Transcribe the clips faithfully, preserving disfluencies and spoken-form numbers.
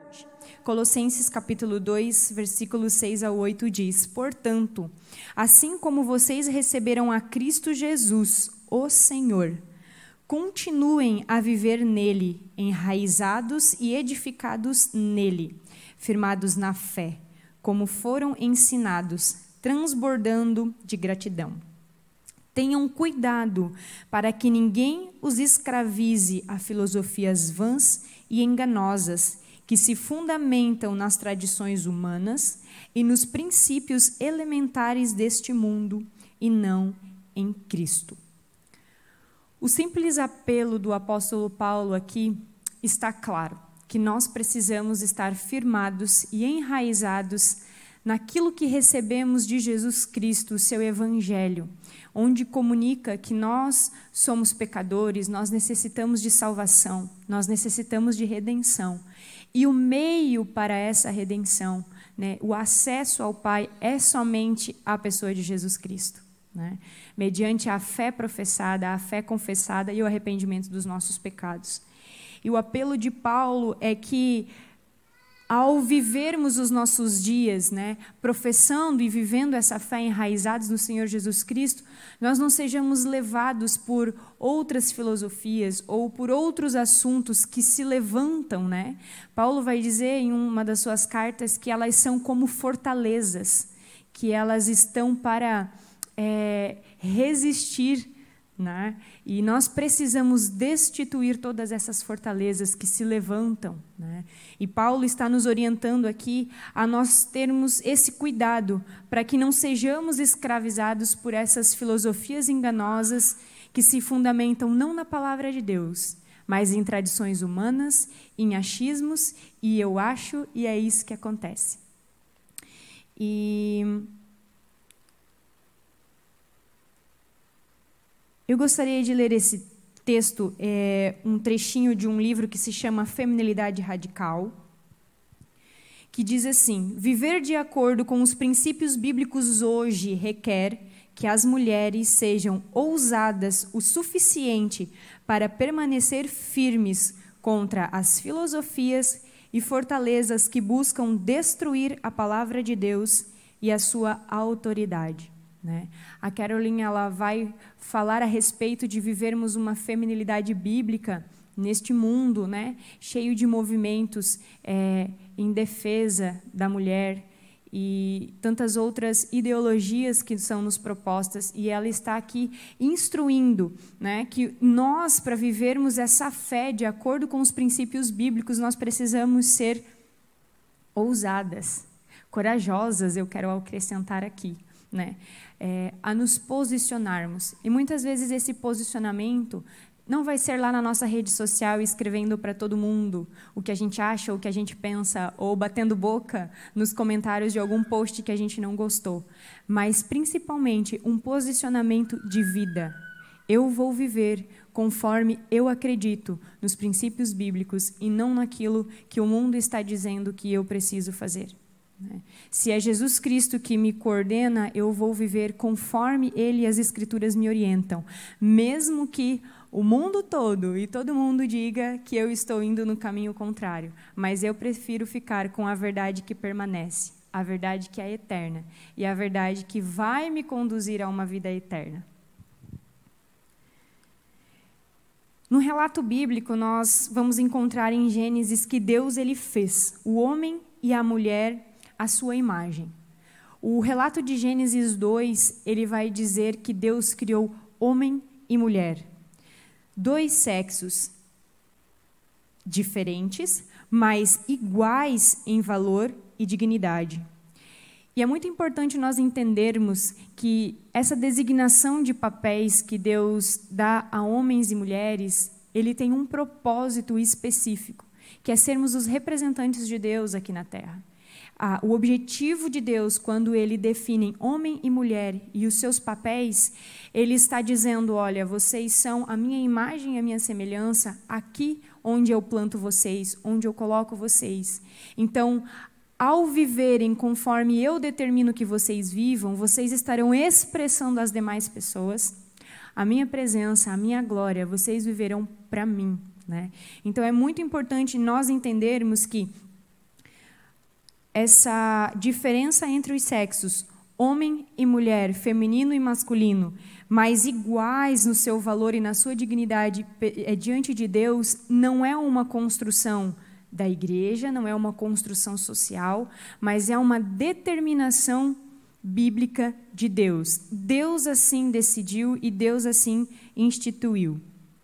Colossenses capítulo dois, versículos seis a oito diz: Portanto, assim como vocês receberam a Cristo Jesus, o Senhor, continuem a viver nele, enraizados e edificados nele, firmados na fé, como foram ensinados, transbordando de gratidão. Tenham cuidado para que ninguém os escravize a filosofias vãs e enganosas, que se fundamentam nas tradições humanas e nos princípios elementares deste mundo, e não em Cristo. O simples apelo do apóstolo Paulo aqui está claro, que nós precisamos estar firmados e enraizados naquilo que recebemos de Jesus Cristo, o seu evangelho, onde comunica que nós somos pecadores, nós necessitamos de salvação, nós necessitamos de redenção. E o meio para essa redenção, né, o acesso ao Pai é somente a pessoa de Jesus Cristo, né, mediante a fé professada, a fé confessada e o arrependimento dos nossos pecados. E o apelo de Paulo é que, ao vivermos os nossos dias, né, professando e vivendo essa fé enraizados no Senhor Jesus Cristo, nós não sejamos levados por outras filosofias ou por outros assuntos que se levantam, né? Paulo vai dizer em uma das suas cartas que elas são como fortalezas, que elas estão para é, resistir, né? E nós precisamos destituir todas essas fortalezas que se levantam, né? E Paulo está nos orientando aqui a nós termos esse cuidado para que não sejamos escravizados por essas filosofias enganosas que se fundamentam não na palavra de Deus, mas em tradições humanas, em achismos, e eu acho, e é isso que acontece. E eu gostaria de ler esse texto, é, um trechinho de um livro que se chama Feminilidade Radical, que diz assim: viver de acordo com os princípios bíblicos hoje requer que as mulheres sejam ousadas o suficiente para permanecer firmes contra as filosofias e fortalezas que buscam destruir a palavra de Deus e a sua autoridade. Né? A Caroline ela vai falar a respeito de vivermos uma feminilidade bíblica neste mundo, né, cheio de movimentos é, em defesa da mulher e tantas outras ideologias que são nos propostas, e ela está aqui instruindo, né, que nós, para vivermos essa fé de acordo com os princípios bíblicos, nós precisamos ser ousadas, corajosas, eu quero acrescentar aqui, né, é, a nos posicionarmos. E muitas vezes esse posicionamento não vai ser lá na nossa rede social escrevendo para todo mundo o que a gente acha, ou o que a gente pensa, ou batendo boca nos comentários de algum post que a gente não gostou, mas principalmente um posicionamento de vida. Eu vou viver conforme eu acredito nos princípios bíblicos e não naquilo que o mundo está dizendo que eu preciso fazer. Se é Jesus Cristo que me coordena, eu vou viver conforme Ele e as Escrituras me orientam, mesmo que o mundo todo e todo mundo diga que eu estou indo no caminho contrário, mas eu prefiro ficar com a verdade que permanece, a verdade que é eterna e a verdade que vai me conduzir a uma vida eterna. No relato bíblico, nós vamos encontrar em Gênesis que Deus ele fez o homem e a mulher a sua imagem. O relato de Gênesis dois, ele vai dizer que Deus criou homem e mulher. Dois sexos diferentes, mas iguais em valor e dignidade. E é muito importante nós entendermos que essa designação de papéis que Deus dá a homens e mulheres, ele tem um propósito específico, que é sermos os representantes de Deus aqui na Terra. Ah, o objetivo de Deus, quando Ele define homem e mulher e os seus papéis, Ele está dizendo, olha, vocês são a minha imagem e a minha semelhança aqui onde eu planto vocês, onde eu coloco vocês. Então, ao viverem conforme eu determino que vocês vivam, vocês estarão expressando às demais pessoas a minha presença, a minha glória, vocês viverão para mim. Né? Então, é muito importante nós entendermos que essa diferença entre os sexos, homem e mulher, feminino e masculino, mas iguais no seu valor e na sua dignidade diante de Deus, não é uma construção da igreja, não é uma construção social, mas é uma determinação bíblica de Deus. Deus assim decidiu e Deus assim instituiu.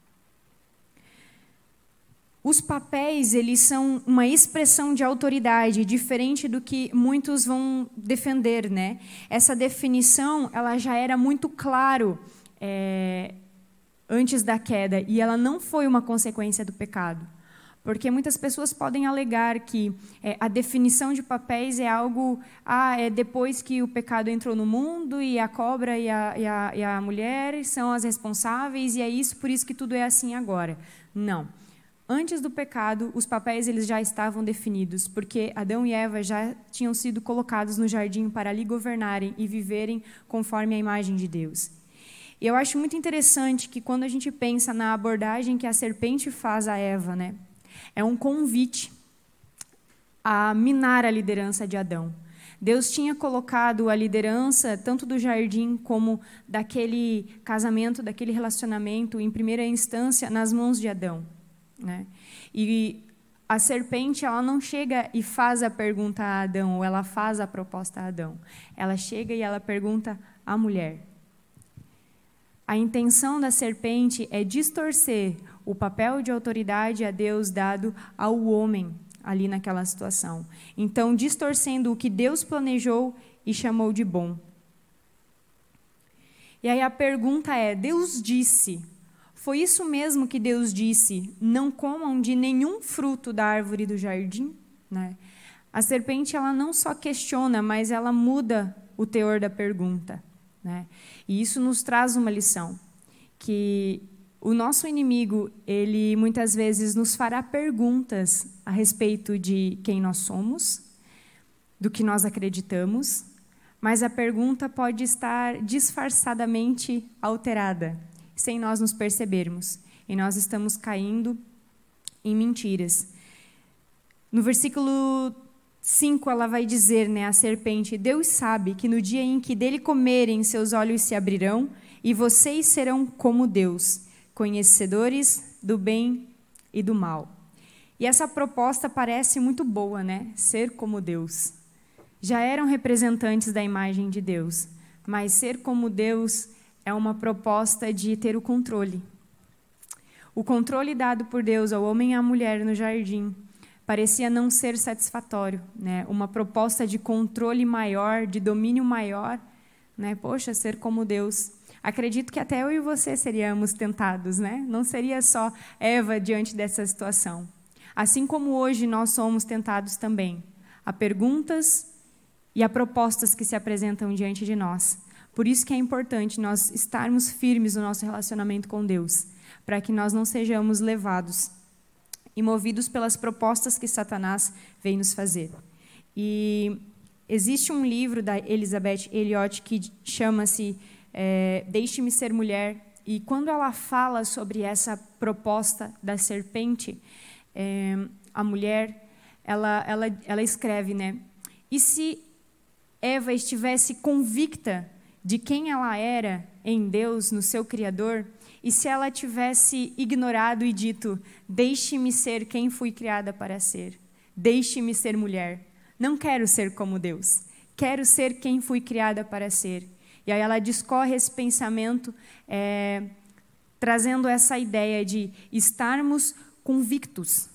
Os papéis, eles são uma expressão de autoridade, diferente do que muitos vão defender, né? Essa definição, ela já era muito claro é, antes da queda, e ela não foi uma consequência do pecado. Porque muitas pessoas podem alegar que é, a definição de papéis é algo, ah, é depois que o pecado entrou no mundo e a cobra e a, e a, e a mulher são as responsáveis, e é isso, por isso que tudo é assim agora. Não. Antes do pecado, os papéis eles já estavam definidos, porque Adão e Eva já tinham sido colocados no jardim para ali governarem e viverem conforme a imagem de Deus. E eu acho muito interessante que quando a gente pensa na abordagem que a serpente faz a Eva, né, é um convite a minar a liderança de Adão. Deus tinha colocado a liderança, tanto do jardim como daquele casamento, daquele relacionamento, em primeira instância, nas mãos de Adão. Né? E a serpente, ela não chega e faz a pergunta a Adão, ou ela faz a proposta a Adão. Ela chega e ela pergunta à mulher. A intenção da serpente é distorcer o papel de autoridade a Deus dado ao homem ali naquela situação. Então, distorcendo o que Deus planejou e chamou de bom. E aí a pergunta é, Deus disse... Foi isso mesmo que Deus disse, não comam de nenhum fruto da árvore do jardim? Né? A serpente ela não só questiona, mas ela muda o teor da pergunta. Né? E isso nos traz uma lição, que o nosso inimigo, ele muitas vezes nos fará perguntas a respeito de quem nós somos, do que nós acreditamos, mas a pergunta pode estar disfarçadamente alterada, sem nós nos percebermos, e nós estamos caindo em mentiras. No versículo cinco, ela vai dizer, né, a serpente, Deus sabe que no dia em que dele comerem, seus olhos se abrirão, e vocês serão como Deus, conhecedores do bem e do mal. E essa proposta parece muito boa, né? Ser como Deus. Já eram representantes da imagem de Deus, mas ser como Deus é uma proposta de ter o controle. O controle dado por Deus ao homem e à mulher no jardim parecia não ser satisfatório, né? Uma proposta de controle maior, de domínio maior, né? Poxa, ser como Deus. Acredito que até eu e você seríamos tentados, né? Não seria só Eva diante dessa situação. Assim como hoje nós somos tentados também. Há perguntas e há propostas que se apresentam diante de nós. Por isso que é importante nós estarmos firmes no nosso relacionamento com Deus, para que nós não sejamos levados e movidos pelas propostas que Satanás vem nos fazer. E existe um livro da Elisabeth Elliot que chama-se é, Deixe-me Ser Mulher, e quando ela fala sobre essa proposta da serpente, é, a mulher, ela, ela, ela escreve, né? E se Eva estivesse convicta de quem ela era em Deus, no seu Criador, e se ela tivesse ignorado e dito, deixe-me ser quem fui criada para ser, deixe-me ser mulher, não quero ser como Deus, quero ser quem fui criada para ser. E aí ela discorre esse pensamento, é, trazendo essa ideia de estarmos convictos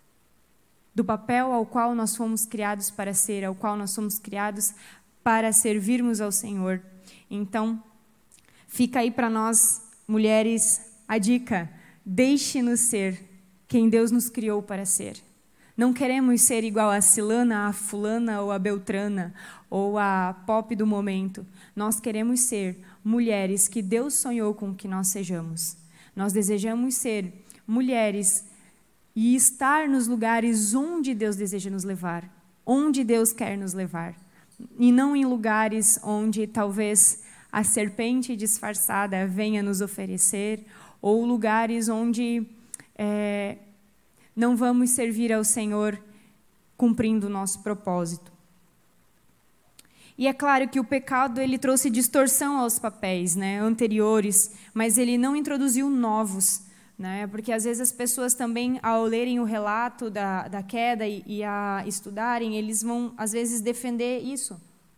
do papel ao qual nós fomos criados para ser, ao qual nós somos criados para servirmos ao Senhor. Então, fica aí para nós, mulheres, a dica, deixe-nos ser quem Deus nos criou para ser. Não queremos ser igual a Cilana, a Fulana ou a Beltrana, ou a Pop do momento. Nós queremos ser mulheres que Deus sonhou com que nós sejamos. Nós desejamos ser mulheres e estar nos lugares onde Deus deseja nos levar, onde Deus quer nos levar. E não em lugares onde talvez a serpente disfarçada venha nos oferecer, ou lugares onde é, não vamos servir ao Senhor cumprindo o nosso propósito. E é claro que o pecado ele trouxe distorção aos papéis, né, anteriores, mas ele não introduziu novos, né, porque às vezes as pessoas também, ao lerem o relato da, da queda e, e a estudarem, eles vão, às vezes, defender isso,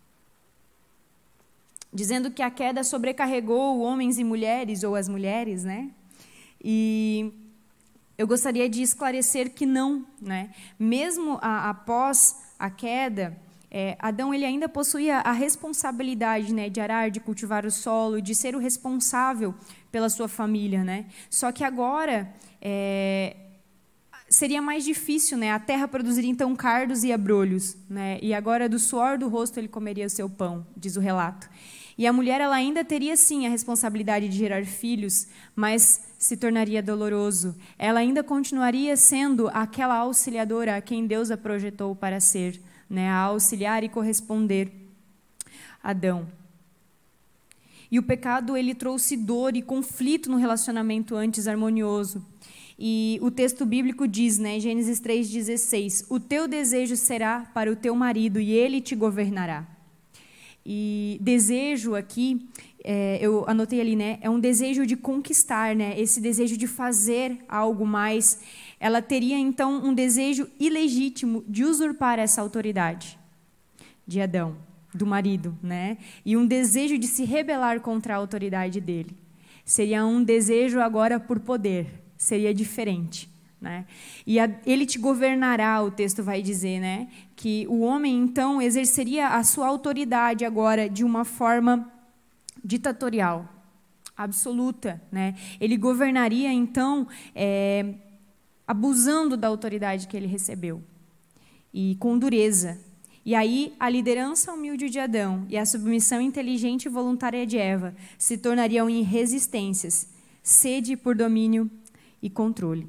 dizendo que a queda sobrecarregou homens e mulheres, ou as mulheres, né, e eu gostaria de esclarecer que não, né, mesmo a, após a queda, É, Adão ele ainda possuía a responsabilidade, né, de arar, de cultivar o solo, de ser o responsável pela sua família, né? Só que agora é, seria mais difícil, né? A terra produziria então cardos e abrolhos, né? E agora do suor do rosto ele comeria o seu pão, diz o relato. E a mulher ela ainda teria sim a responsabilidade de gerar filhos, mas se tornaria doloroso. Ela ainda continuaria sendo aquela auxiliadora a quem Deus a projetou para ser, né, a auxiliar e corresponder a Adão. E o pecado ele trouxe dor e conflito no relacionamento antes harmonioso. E o texto bíblico diz, né, Gênesis três dezesseis, o teu desejo será para o teu marido e ele te governará. E desejo aqui, é, eu anotei ali, né, é um desejo de conquistar, né, esse desejo de fazer algo mais. Ela teria, então, um desejo ilegítimo de usurpar essa autoridade de Adão, do marido, né? E um desejo de se rebelar contra a autoridade dele. Seria um desejo agora por poder, seria diferente, né? E a, ele te governará, o texto vai dizer, né? Que o homem, então, exerceria a sua autoridade agora de uma forma ditatorial, absoluta, né? Ele governaria, então, é, abusando da autoridade que ele recebeu, e com dureza. E aí, a liderança humilde de Adão e a submissão inteligente e voluntária de Eva se tornariam em resistências, sede por domínio e controle.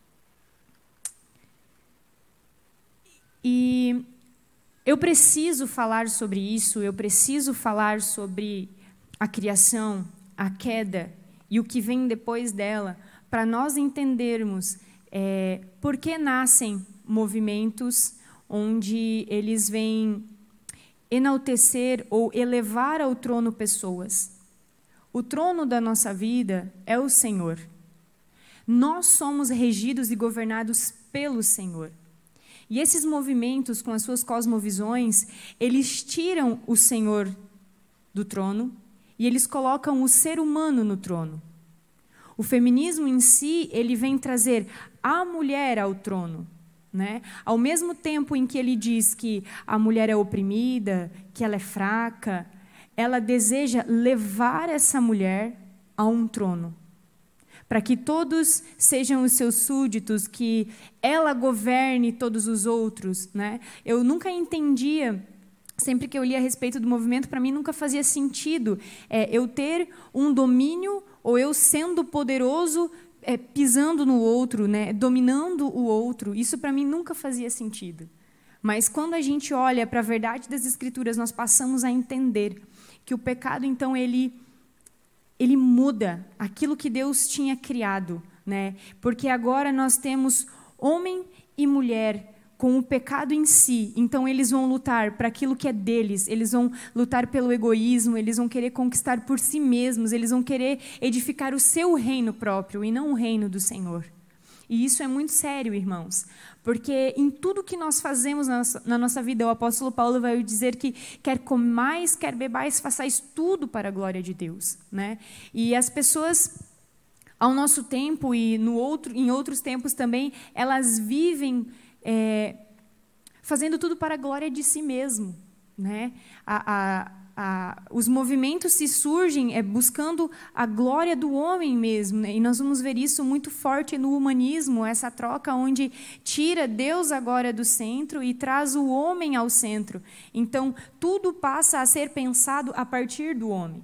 E eu preciso falar sobre isso, eu preciso falar sobre a criação, a queda e o que vem depois dela, para nós entendermos É, por que nascem movimentos onde eles vêm enaltecer ou elevar ao trono pessoas? O trono da nossa vida é o Senhor. Nós somos regidos e governados pelo Senhor. E esses movimentos, com as suas cosmovisões, eles tiram o Senhor do trono e eles colocam o ser humano no trono. O feminismo em si, ele vem trazer a mulher ao trono, né? Ao mesmo tempo em que ele diz que a mulher é oprimida, que ela é fraca, ela deseja levar essa mulher a um trono, para que todos sejam os seus súditos, que ela governe todos os outros, né? Eu nunca entendia, sempre que eu lia a respeito do movimento, para mim nunca fazia sentido é, eu ter um domínio ou eu sendo poderoso, é, pisando no outro, né, dominando o outro. Isso para mim nunca fazia sentido. Mas quando a gente olha para a verdade das Escrituras, nós passamos a entender que o pecado, então, ele, ele muda aquilo que Deus tinha criado, né? Porque agora nós temos homem e mulher com o pecado em si, então eles vão lutar para aquilo que é deles, eles vão lutar pelo egoísmo, eles vão querer conquistar por si mesmos, eles vão querer edificar o seu reino próprio e não o reino do Senhor. E isso é muito sério, irmãos, porque em tudo que nós fazemos na nossa, na nossa vida, o apóstolo Paulo vai dizer que quer comais, quer bebais, façais tudo para a glória de Deus, né? E as pessoas, ao nosso tempo e no outro, em outros tempos também, elas vivem É, fazendo tudo para a glória de si mesmo, né? A, a, a, os movimentos se surgem é, buscando a glória do homem mesmo, né? E nós vamos ver isso muito forte no humanismo, essa troca onde tira Deus agora do centro e traz o homem ao centro. Então, tudo passa a ser pensado a partir do homem.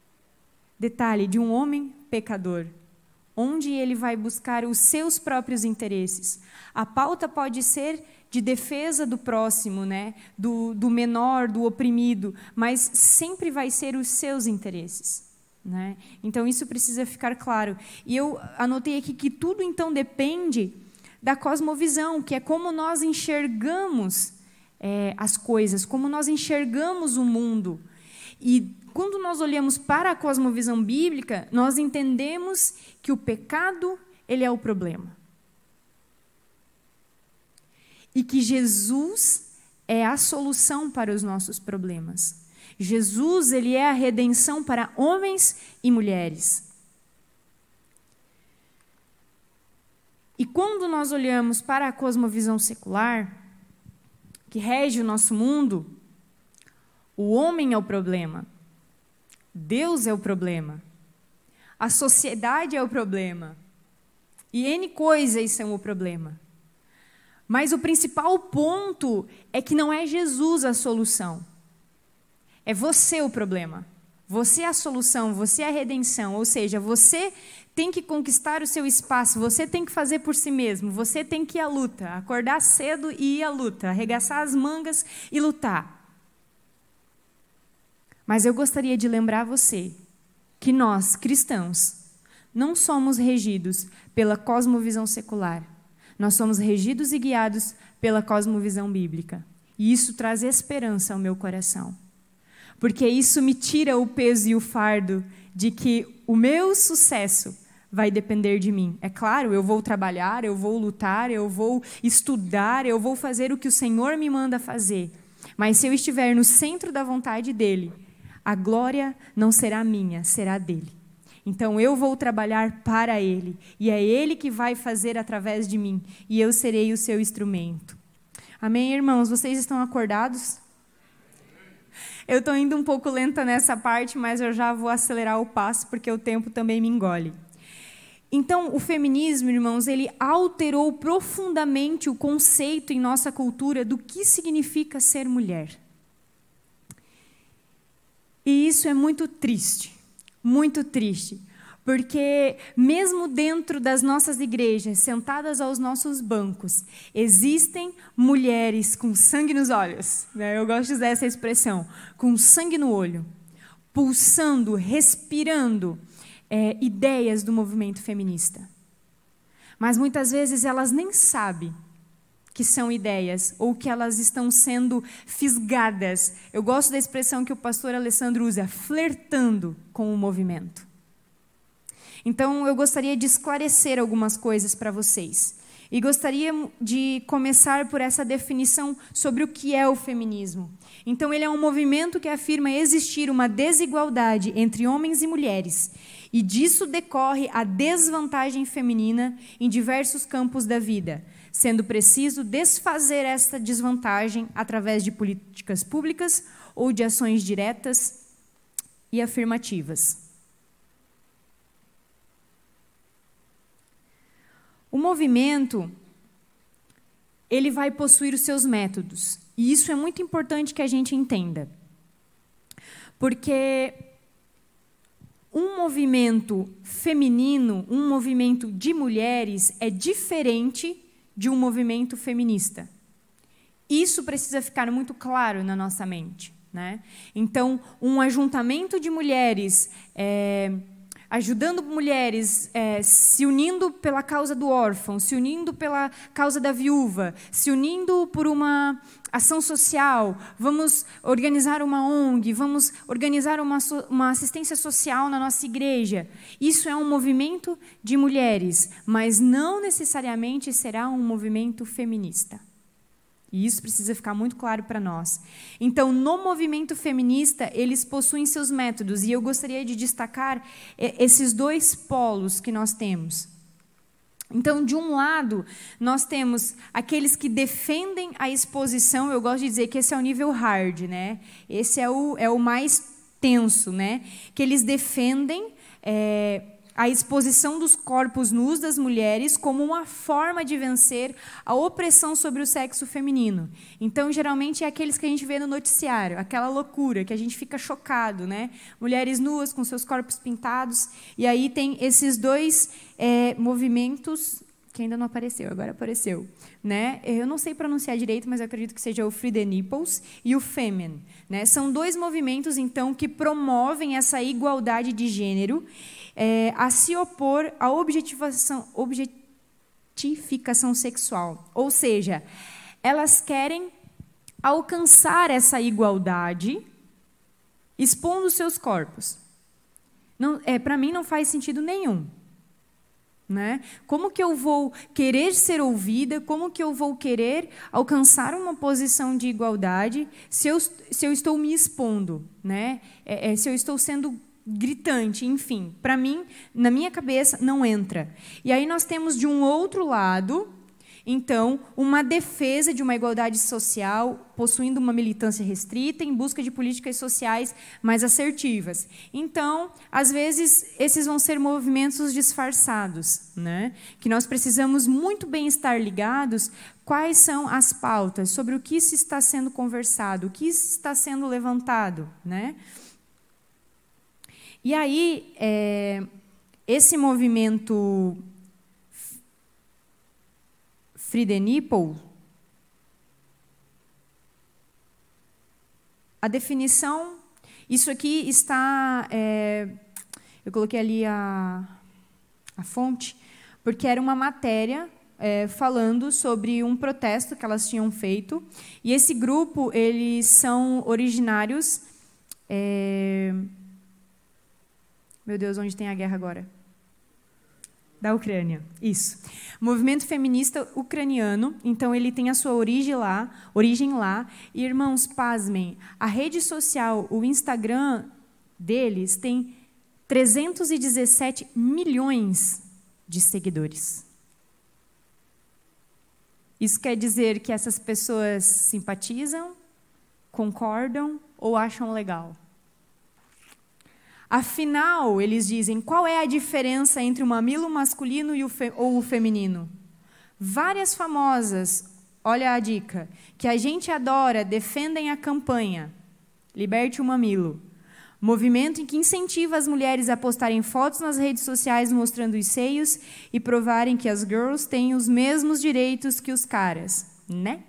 Detalhe, de um homem pecador, onde ele vai buscar os seus próprios interesses. A pauta pode ser de defesa do próximo, né? do, do menor, do oprimido, mas sempre vai ser os seus interesses, né? Então, isso precisa ficar claro. E eu anotei aqui que tudo, então, depende da cosmovisão, que é como nós enxergamos é, as coisas, como nós enxergamos o mundo. E quando nós olhamos para a cosmovisão bíblica, nós entendemos que o pecado, ele é o problema. E que Jesus é a solução para os nossos problemas. Jesus, ele é a redenção para homens e mulheres. E quando nós olhamos para a cosmovisão secular, que rege o nosso mundo, o homem é o problema, Deus é o problema, a sociedade é o problema, e N coisas são o problema. Mas o principal ponto é que não é Jesus a solução, é você o problema. Você é a solução, você é a redenção, ou seja, você tem que conquistar o seu espaço, você tem que fazer por si mesmo, você tem que ir à luta, acordar cedo e ir à luta, arregaçar as mangas e lutar. Mas eu gostaria de lembrar você que nós, cristãos, não somos regidos pela cosmovisão secular, nós somos regidos e guiados pela cosmovisão bíblica. E isso traz esperança ao meu coração. Porque isso me tira o peso e o fardo de que o meu sucesso vai depender de mim. É claro, eu vou trabalhar, eu vou lutar, eu vou estudar, eu vou fazer o que o Senhor me manda fazer. Mas se eu estiver no centro da vontade dEle, a glória não será minha, será dEle. Então eu vou trabalhar para Ele, e é Ele que vai fazer através de mim, e eu serei o seu instrumento. Amém, irmãos? Vocês estão acordados? Eu estou indo um pouco lenta nessa parte, mas eu já vou acelerar o passo, porque o tempo também me engole. Então, o feminismo, irmãos, ele alterou profundamente o conceito em nossa cultura do que significa ser mulher. E isso é muito triste, muito triste. Porque mesmo dentro das nossas igrejas, sentadas aos nossos bancos, existem mulheres com sangue nos olhos, né? Eu gosto de usar essa expressão, com sangue no olho, pulsando, respirando é, ideias do movimento feminista. Mas muitas vezes elas nem sabem que são ideias ou que elas estão sendo fisgadas. Eu gosto da expressão que o pastor Alessandro usa, flertando com o movimento. Então, eu gostaria de esclarecer algumas coisas para vocês. E gostaria de começar por essa definição sobre o que é o feminismo. Então, ele é um movimento que afirma existir uma desigualdade entre homens e mulheres. E disso decorre a desvantagem feminina em diversos campos da vida, sendo preciso desfazer esta desvantagem através de políticas públicas ou de ações diretas e afirmativas. O movimento, ele vai possuir os seus métodos. E isso é muito importante que a gente entenda. Porque um movimento feminino, um movimento de mulheres, é diferente de um movimento feminista. Isso precisa ficar muito claro na nossa mente, né? Então, um ajuntamento de mulheres... É, ajudando mulheres, é, se unindo pela causa do órfão, se unindo pela causa da viúva, se unindo por uma ação social, vamos organizar uma O N G, vamos organizar uma, uma assistência social na nossa igreja. Isso é um movimento de mulheres, mas não necessariamente será um movimento feminista. E isso precisa ficar muito claro para nós. Então, no movimento feminista, eles possuem seus métodos, e eu gostaria de destacar esses dois polos que nós temos. Então, de um lado, nós temos aqueles que defendem a exposição, eu gosto de dizer que esse é o nível hard, né? Esse é o, é o mais tenso, né? Que eles defendem... É, a exposição dos corpos nus das mulheres como uma forma de vencer a opressão sobre o sexo feminino. Então, geralmente, é aqueles que a gente vê no noticiário, aquela loucura, que a gente fica chocado, né? Mulheres nuas com seus corpos pintados. E aí tem esses dois é, movimentos, que ainda não apareceu, agora apareceu. Né? Eu não sei pronunciar direito, mas eu acredito que seja o Free the Nipples e o Femen. Né? São dois movimentos, então, que promovem essa igualdade de gênero, É, a se opor à objetivação, objetificação sexual. Ou seja, elas querem alcançar essa igualdade expondo seus corpos? Não, é, para mim não faz sentido nenhum. Né? Como que eu vou querer ser ouvida, como que eu vou querer alcançar uma posição de igualdade se eu, se eu estou me expondo, né? É, é, se eu estou sendo gritante, enfim. Para mim, na minha cabeça, não entra. E aí nós temos, de um outro lado, então, uma defesa de uma igualdade social, possuindo uma militância restrita em busca de políticas sociais mais assertivas. Então, às vezes, esses vão ser movimentos disfarçados, né? Que nós precisamos muito bem estar ligados quais são as pautas, sobre o que se está sendo conversado, o que se está sendo levantado, né? E aí, é, esse movimento Free the Nipple, a definição, isso aqui está, é, eu coloquei ali a, a fonte, porque era uma matéria é, falando sobre um protesto que elas tinham feito, e esse grupo, eles são originários, é, meu Deus, onde tem a guerra agora? Da Ucrânia, isso. Movimento feminista ucraniano, então ele tem a sua origem lá, origem lá. E, irmãos, pasmem, a rede social, o Instagram deles tem trezentos e dezessete milhões de seguidores. Isso quer dizer que essas pessoas simpatizam, concordam ou acham legal? Afinal, eles dizem, qual é a diferença entre o mamilo masculino e o fe- ou o feminino? Várias famosas, olha a dica, que a gente adora, defendem a campanha Liberte o Mamilo. Movimento em que incentiva as mulheres a postarem fotos nas redes sociais mostrando os seios e provarem que as girls têm os mesmos direitos que os caras, né?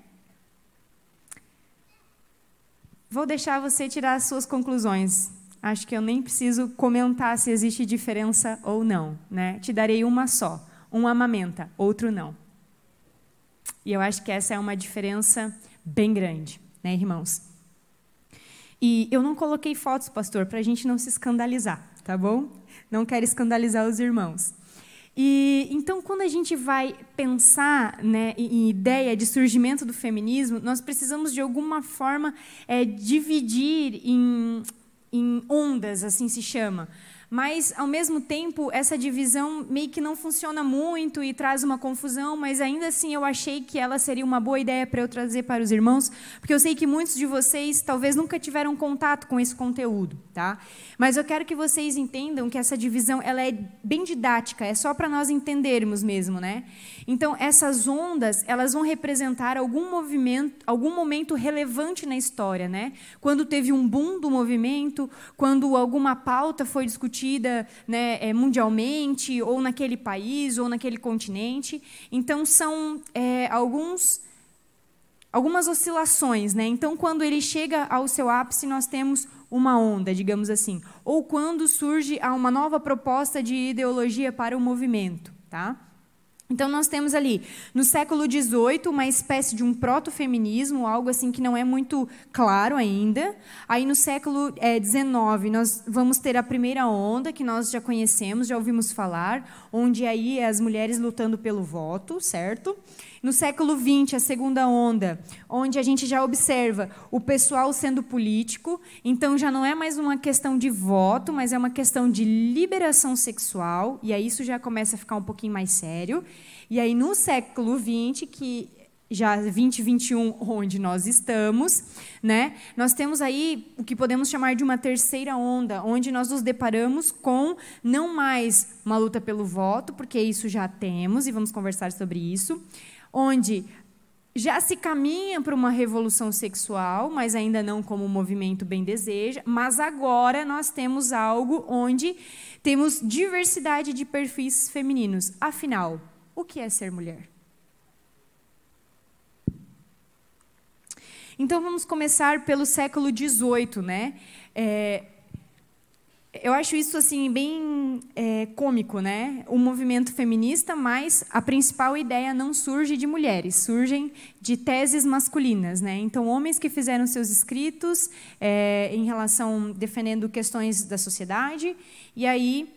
Vou deixar você tirar as suas conclusões. Acho que eu nem preciso comentar se existe diferença ou não, né? Te darei uma só. Um amamenta, outro não. E eu acho que essa é uma diferença bem grande, né, irmãos? E eu não coloquei fotos, pastor, para a gente não se escandalizar, tá bom? Não quero escandalizar os irmãos. E então, quando a gente vai pensar, né, em ideia de surgimento do feminismo, nós precisamos, de alguma forma, é, dividir em... em ondas, assim se chama. Mas, ao mesmo tempo, essa divisão meio que não funciona muito e traz uma confusão, mas ainda assim eu achei que ela seria uma boa ideia para eu trazer para os irmãos, porque eu sei que muitos de vocês talvez nunca tiveram contato com esse conteúdo, tá? Mas eu quero que vocês entendam que essa divisão ela é bem didática, é só para nós entendermos mesmo, né? Então, essas ondas, elas vão representar algum movimento, algum momento relevante na história, né? Quando teve um boom do movimento, quando alguma pauta foi discutida, né, mundialmente, ou naquele país, ou naquele continente. Então, são é, alguns, algumas oscilações. Né? Então, quando ele chega ao seu ápice, nós temos uma onda, digamos assim. Ou quando surge uma nova proposta de ideologia para o movimento. Tá? Então, nós temos ali, no século dezoito, uma espécie de um proto-feminismo, algo assim que não é muito claro ainda. Aí, no século dezenove, nós vamos ter a primeira onda, que nós já conhecemos, já ouvimos falar, onde aí é as mulheres lutando pelo voto, certo? No século vinte, a segunda onda, onde a gente já observa o pessoal sendo político, então já não é mais uma questão de voto, mas é uma questão de liberação sexual, e aí isso já começa a ficar um pouquinho mais sério. E aí, no século vinte, que já vinte, vinte e um, onde nós estamos, né, nós temos aí o que podemos chamar de uma terceira onda, onde nós nos deparamos com não mais uma luta pelo voto, porque isso já temos, e vamos conversar sobre isso, onde já se caminha para uma revolução sexual, mas ainda não como o movimento bem deseja, mas agora nós temos algo onde temos diversidade de perfis femininos. Afinal, o que é ser mulher? Então, vamos começar pelo século dezoito, né? É, Eu acho isso assim bem é, cômico, né? O movimento feminista, mas a principal ideia não surge de mulheres, surgem de teses masculinas, né? Então, homens que fizeram seus escritos é, em relação defendendo questões da sociedade, e aí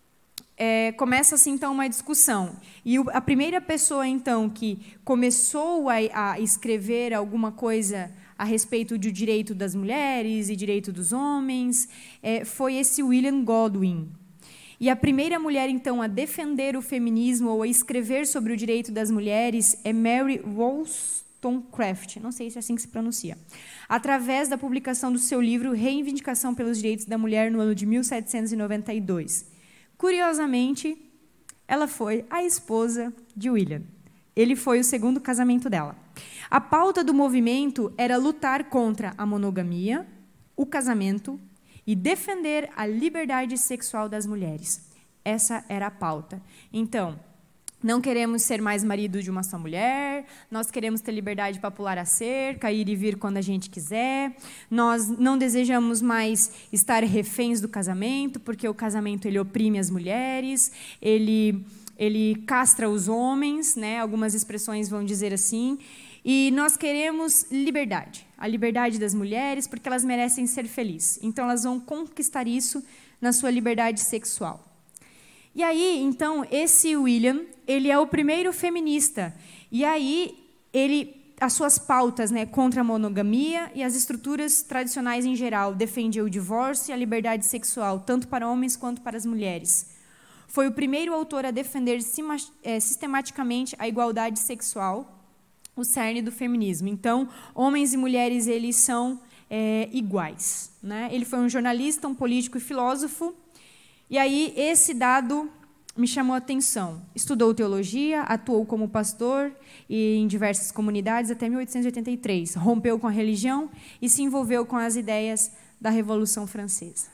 é, começa assim então uma discussão. E o, a primeira pessoa então que começou a, a escrever alguma coisa a respeito do direito das mulheres e direito dos homens, é, foi esse William Godwin. E a primeira mulher, então, a defender o feminismo ou a escrever sobre o direito das mulheres é Mary Wollstonecraft, não sei se é assim que se pronuncia, através da publicação do seu livro Reivindicação pelos Direitos da Mulher, no ano de mil setecentos e noventa e dois. Curiosamente, ela foi a esposa de William. Ele foi o segundo casamento dela. A pauta do movimento era lutar contra a monogamia, o casamento e defender a liberdade sexual das mulheres. Essa era a pauta. Então, não queremos ser mais marido de uma só mulher, nós queremos ter liberdade para pular a cerca, ir e vir quando a gente quiser, nós não desejamos mais estar reféns do casamento, porque o casamento ele oprime as mulheres, ele, ele castra os homens, né? Algumas expressões vão dizer assim, e nós queremos liberdade, a liberdade das mulheres, porque elas merecem ser felizes. Então, elas vão conquistar isso na sua liberdade sexual. E aí, então, esse William, ele é o primeiro feminista. E aí, ele, as suas pautas, né, contra a monogamia e as estruturas tradicionais em geral, defendia o divórcio e a liberdade sexual, tanto para homens quanto para as mulheres. Foi o primeiro autor a defender sistematicamente a igualdade sexual, o cerne do feminismo. Então, homens e mulheres, eles são é, iguais, né? Ele foi um jornalista, um político e filósofo. E aí, esse dado me chamou a atenção. Estudou teologia, atuou como pastor e em diversas comunidades até mil oitocentos e oitenta e três. Rompeu com a religião e se envolveu com as ideias da Revolução Francesa.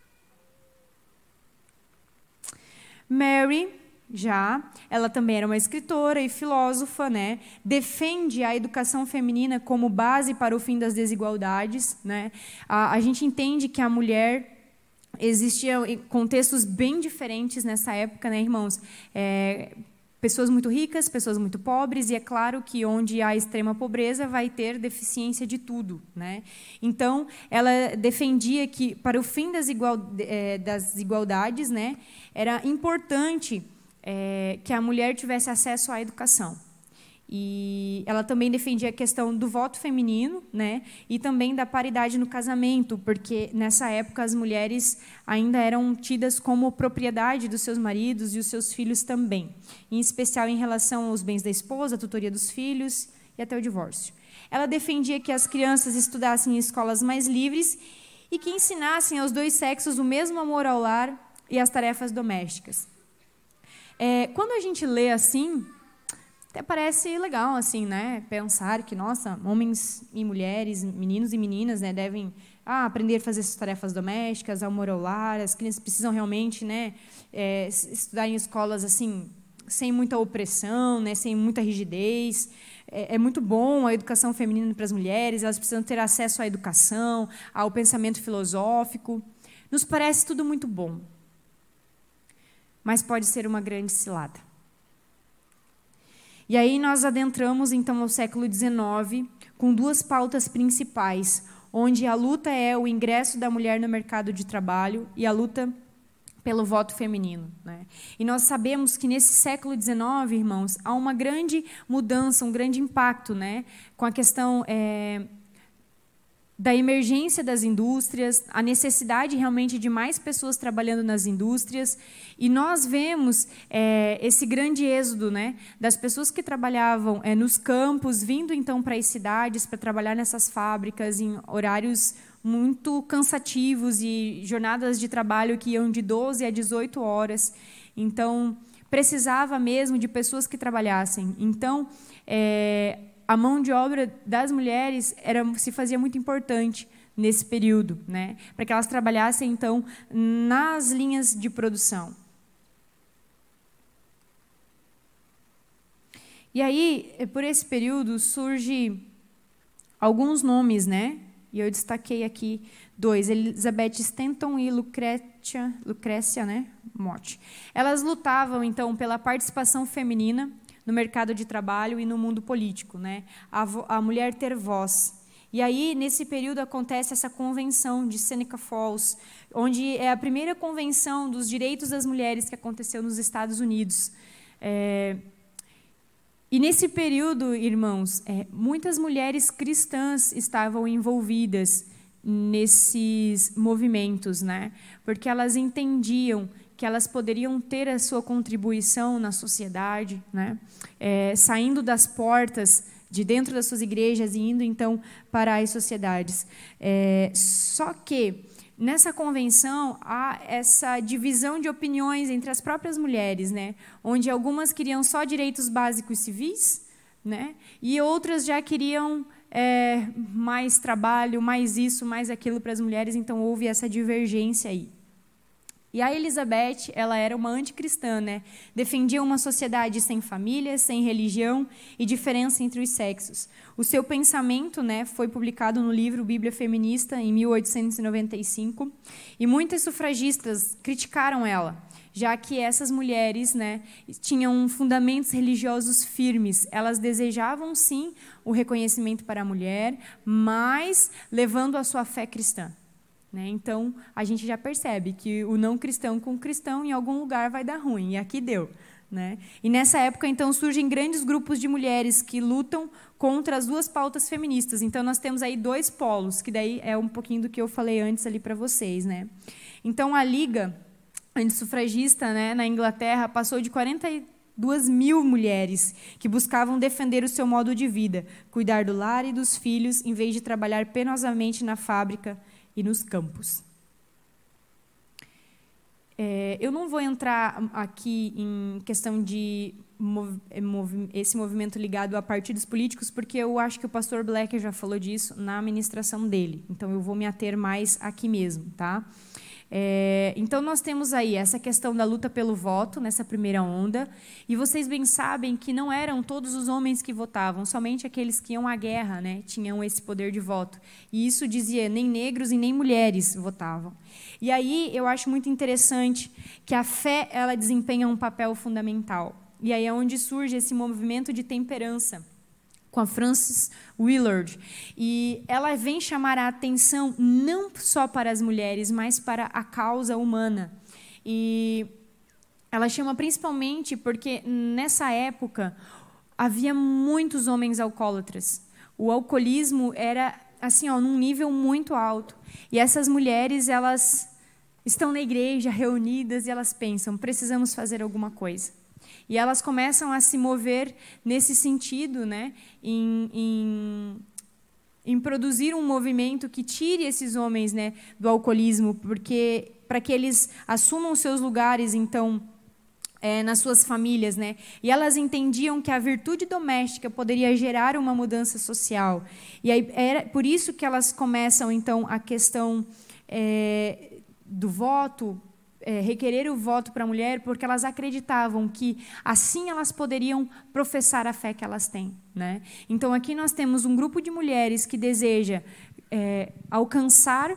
Mary, já, ela também era uma escritora e filósofa, né? Defende a educação feminina como base para o fim das desigualdades, né? A, a gente entende que a mulher existiam contextos bem diferentes nessa época, né, irmãos? É, pessoas muito ricas, pessoas muito pobres, e é claro que onde há extrema pobreza vai ter deficiência de tudo, né? Então, ela defendia que, para o fim das, igual, é, das igualdades, né, era importante é, que a mulher tivesse acesso à educação. E ela também defendia a questão do voto feminino, né, e também da paridade no casamento, porque nessa época as mulheres ainda eram tidas como propriedade dos seus maridos e os seus filhos também, em especial em relação aos bens da esposa, a tutoria dos filhos e até o divórcio. Ela defendia que as crianças estudassem em escolas mais livres e que ensinassem aos dois sexos o mesmo amor ao lar e às tarefas domésticas. É, quando a gente lê assim, até parece legal, assim, né? Pensar que, nossa, homens e mulheres, meninos e meninas, né, devem ah, aprender a fazer essas tarefas domésticas, amor ao lar, as crianças precisam realmente, né, é, estudar em escolas assim, sem muita opressão, né, sem muita rigidez. É, é muito bom a educação feminina para as mulheres, elas precisam ter acesso à educação, ao pensamento filosófico. Nos parece tudo muito bom, mas pode ser uma grande cilada. E aí nós adentramos, então, ao século dezenove, com duas pautas principais, onde a luta é o ingresso da mulher no mercado de trabalho e a luta pelo voto feminino, né? E nós sabemos que nesse século dezenove, irmãos, há uma grande mudança, um grande impacto, né, com a questão é, da emergência das indústrias, a necessidade realmente de mais pessoas trabalhando nas indústrias, e nós vemos é, esse grande êxodo, né, das pessoas que trabalhavam é, nos campos, vindo então para as cidades para trabalhar nessas fábricas em horários muito cansativos e jornadas de trabalho que iam de doze a dezoito horas. Então, precisava mesmo de pessoas que trabalhassem. Então, é, a mão de obra das mulheres era, se fazia muito importante nesse período, né, para que elas trabalhassem, então, nas linhas de produção. E aí, por esse período, surge alguns nomes, né, E eu destaquei aqui dois, Elizabeth Stanton e Lucrécia, Lucrécia, né, Mott. Elas lutavam, então, pela participação feminina no mercado de trabalho e no mundo político, né, a, a mulher ter voz. E aí, nesse período, acontece essa convenção de Seneca Falls, onde é a primeira convenção dos direitos das mulheres que aconteceu nos Estados Unidos. É, e nesse período, irmãos, é, muitas mulheres cristãs estavam envolvidas nesses movimentos, né? Porque elas entendiam que elas poderiam ter a sua contribuição na sociedade, né? É, saindo das portas de dentro das suas igrejas e indo, então, para as sociedades. É, só que, nessa convenção, há essa divisão de opiniões entre as próprias mulheres, né? Onde algumas queriam só direitos básicos civis, né? E outras já queriam é, mais trabalho, mais isso, mais aquilo para as mulheres, então houve essa divergência aí. E a Elizabeth, ela era uma anticristã, né? Defendia uma sociedade sem família, sem religião e diferença entre os sexos. O seu pensamento, né, foi publicado no livro Bíblia Feminista, em mil oitocentos e noventa e cinco, e muitas sufragistas criticaram ela, já que essas mulheres, né, tinham fundamentos religiosos firmes. Elas desejavam, sim, o reconhecimento para a mulher, mas levando a sua fé cristã. Né? Então, a gente já percebe que o não cristão com o cristão, em algum lugar vai dar ruim, e aqui deu. Né? E nessa época, então, surgem grandes grupos de mulheres que lutam contra as duas pautas feministas. Então, nós temos aí dois polos, que daí é um pouquinho do que eu falei antes ali para vocês. Né? Então, a Liga Antissufragista, né, na Inglaterra passou de quarenta e duas mil mulheres que buscavam defender o seu modo de vida, cuidar do lar e dos filhos, em vez de trabalhar penosamente na fábrica e nos campos. É, eu não vou entrar aqui em questão de mov, mov, esse movimento ligado a partidos políticos, porque eu acho que o pastor Black já falou disso na ministração dele. Então, eu vou me ater mais aqui mesmo, tá? É, então, nós temos aí essa questão da luta pelo voto, nessa primeira onda, e vocês bem sabem que não eram todos os homens que votavam, somente aqueles que iam à guerra, né, tinham esse poder de voto. E isso dizia, nem negros e nem mulheres votavam. E aí, eu acho muito interessante que a fé, ela desempenha um papel fundamental. E aí é onde surge esse movimento de temperança, com a Frances Willard. E ela vem chamar a atenção não só para as mulheres, mas para a causa humana. E ela chama principalmente porque, nessa época, havia muitos homens alcoólatras. O alcoolismo era, assim, ó, num nível muito alto. E essas mulheres, elas estão na igreja, reunidas, e elas pensam, precisamos fazer alguma coisa. E elas começam a se mover nesse sentido, né, em, em, em produzir um movimento que tire esses homens, né, do alcoolismo, porque para que eles assumam seus lugares, então, é, nas suas famílias, né? E elas entendiam que a virtude doméstica poderia gerar uma mudança social. E aí, era por isso que elas começam, então, a questão é, do voto, É, requerer o voto para a mulher, porque elas acreditavam que assim elas poderiam professar a fé que elas têm. Né? Então, aqui nós temos um grupo de mulheres que deseja é, alcançar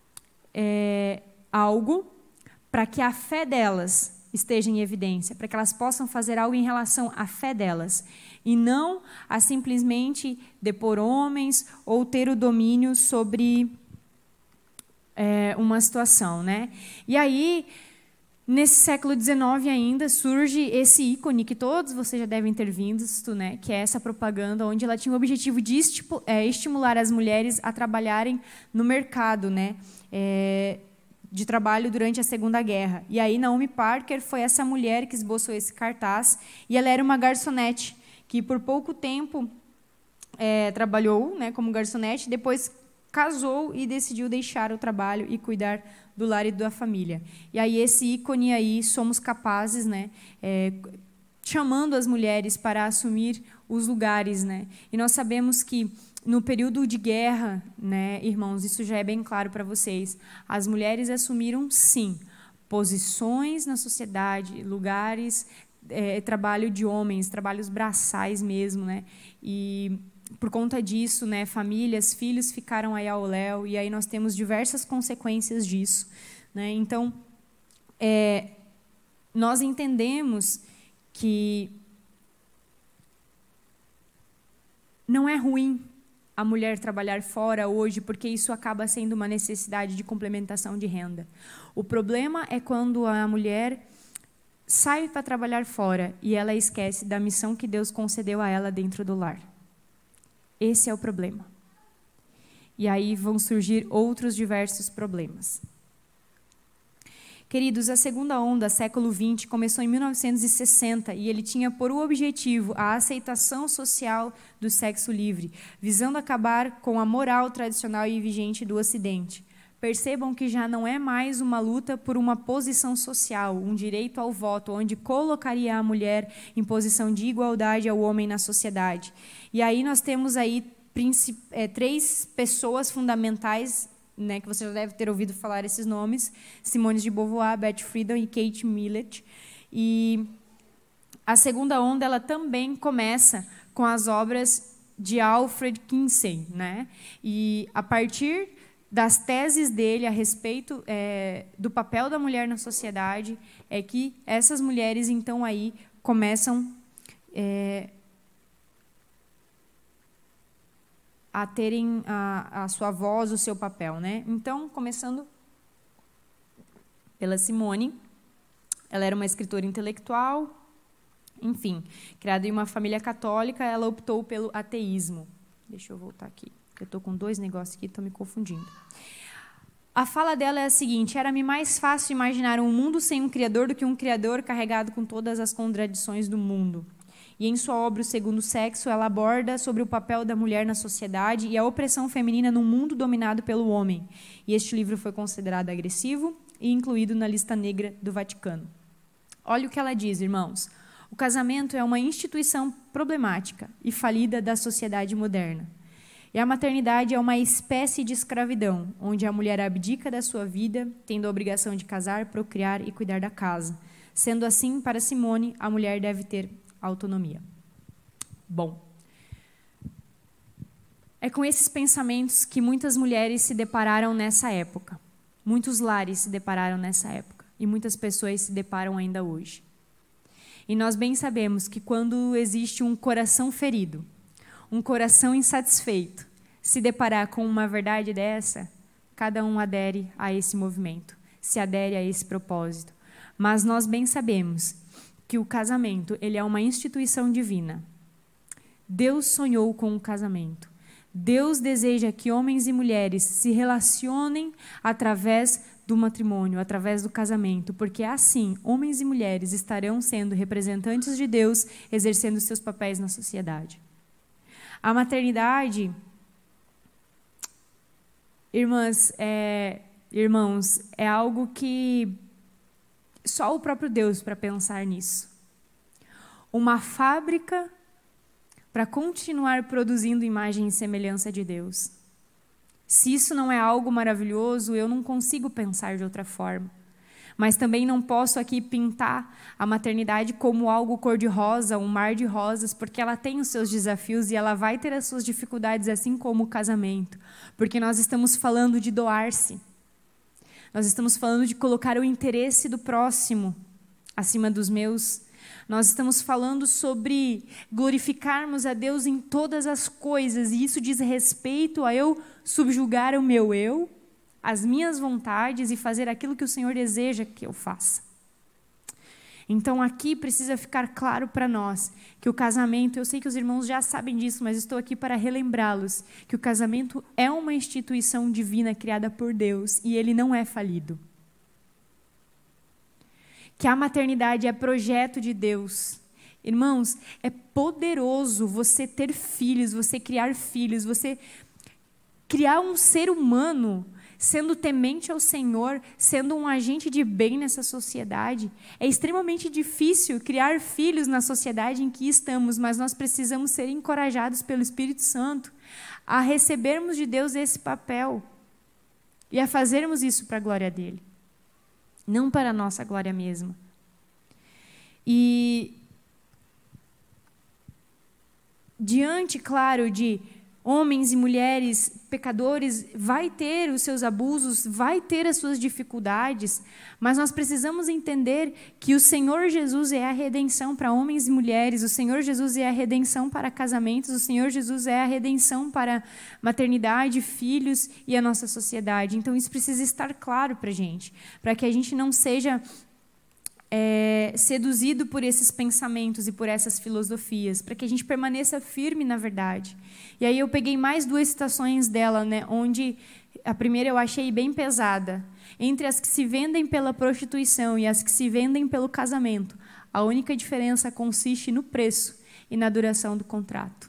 é, algo para que a fé delas esteja em evidência, para que elas possam fazer algo em relação à fé delas, e não a simplesmente depor homens ou ter o domínio sobre É, uma situação, né? E aí, nesse século dezenove ainda, surge esse ícone que todos vocês já devem ter visto, né? Que é essa propaganda onde ela tinha o objetivo de estipu- é, estimular as mulheres a trabalharem no mercado, né? É, de trabalho durante a Segunda Guerra. E aí, Naomi Parker foi essa mulher que esboçou esse cartaz, e ela era uma garçonete que, por pouco tempo, é, trabalhou, né, como garçonete, depois casou e decidiu deixar o trabalho e cuidar do lar e da família. E aí esse ícone aí, somos capazes, né, é, chamando as mulheres para assumir os lugares, né? E nós sabemos que no período de guerra, né, irmãos, isso já é bem claro para vocês, as mulheres assumiram, sim, posições na sociedade, lugares, é, trabalho de homens, trabalhos braçais mesmo, né? E por conta disso, né, famílias, filhos ficaram aí ao léu, e aí nós temos diversas consequências disso, né? Então, é, nós entendemos que não é ruim a mulher trabalhar fora hoje, porque isso acaba sendo uma necessidade de complementação de renda. O problema é quando a mulher sai para trabalhar fora e ela esquece da missão que Deus concedeu a ela dentro do lar. Esse é o problema. E aí vão surgir outros diversos problemas. Queridos, a segunda onda, século vinte, começou em mil novecentos e sessenta e ele tinha por objetivo a aceitação social do sexo livre, visando acabar com a moral tradicional e vigente do Ocidente. Percebam que já não é mais uma luta por uma posição social, um direito ao voto, onde colocaria a mulher em posição de igualdade ao homem na sociedade. E aí nós temos aí é, três pessoas fundamentais, né, que você já deve ter ouvido falar esses nomes: Simone de Beauvoir, Beth Friedan e Kate Millett. E a segunda onda ela também começa com as obras de Alfred Kinsey, né? E a partir das teses dele a respeito é, do papel da mulher na sociedade, é que essas mulheres, então, aí começam é, a terem a, a sua voz, o seu papel, né? Então, começando pela Simone, ela era uma escritora intelectual, enfim, criada em uma família católica, ela optou pelo ateísmo. Deixa eu voltar aqui. Eu estou com dois negócios aqui, estou me confundindo. A fala dela é a seguinte: era-me mais fácil imaginar um mundo sem um Criador do que um Criador carregado com todas as contradições do mundo. E em sua obra O Segundo Sexo, ela aborda sobre o papel da mulher na sociedade e a opressão feminina num mundo dominado pelo homem. E este livro foi considerado agressivo e incluído na lista negra do Vaticano. Olha o que ela diz, irmãos. O casamento é uma instituição problemática e falida da sociedade moderna. E a maternidade é uma espécie de escravidão, onde a mulher abdica da sua vida, tendo a obrigação de casar, procriar e cuidar da casa. Sendo assim, para Simone, a mulher deve ter autonomia. Bom, é com esses pensamentos que muitas mulheres se depararam nessa época. Muitos lares se depararam nessa época. E muitas pessoas se deparam ainda hoje. E nós bem sabemos que quando existe um coração ferido, um coração insatisfeito, se deparar com uma verdade dessa, cada um adere a esse movimento, se adere a esse propósito. Mas nós bem sabemos que o casamento, ele é uma instituição divina. Deus sonhou com o casamento. Deus deseja que homens e mulheres se relacionem através do matrimônio, através do casamento, porque assim, homens e mulheres estarão sendo representantes de Deus, exercendo seus papéis na sociedade. A maternidade, irmãs, é, irmãos, é algo que só o próprio Deus para pensar nisso. Uma fábrica para continuar produzindo imagem e semelhança de Deus. Se isso não é algo maravilhoso, eu não consigo pensar de outra forma. Mas também não posso aqui pintar a maternidade como algo cor-de-rosa, um mar de rosas, porque ela tem os seus desafios e ela vai ter as suas dificuldades, assim como o casamento. Porque nós estamos falando de doar-se. Nós estamos falando de colocar o interesse do próximo acima dos meus. Nós estamos falando sobre glorificarmos a Deus em todas as coisas, e isso diz respeito a eu subjugar o meu eu, as minhas vontades e fazer aquilo que o Senhor deseja que eu faça. Então aqui precisa ficar claro para nós que o casamento, eu sei que os irmãos já sabem disso, mas estou aqui para relembrá-los que o casamento é uma instituição divina criada por Deus e ele não é falido. Que a maternidade é projeto de Deus. Irmãos, é poderoso você ter filhos, você criar filhos, você criar um ser humano sendo temente ao Senhor, sendo um agente de bem nessa sociedade. É extremamente difícil criar filhos na sociedade em que estamos, mas nós precisamos ser encorajados pelo Espírito Santo a recebermos de Deus esse papel e a fazermos isso para a glória dele, não para a nossa glória mesma. E diante, claro, de homens e mulheres pecadores, vai ter os seus abusos, vai ter as suas dificuldades, mas nós precisamos entender que o Senhor Jesus é a redenção para homens e mulheres, o Senhor Jesus é a redenção para casamentos, o Senhor Jesus é a redenção para maternidade, filhos e a nossa sociedade. Então isso precisa estar claro para a gente, para que a gente não seja É, seduzido por esses pensamentos e por essas filosofias, para que a gente permaneça firme na verdade. E aí eu peguei mais duas citações dela, né, onde a primeira eu achei bem pesada. Entre as que se vendem pela prostituição e as que se vendem pelo casamento, a única diferença consiste no preço e na duração do contrato.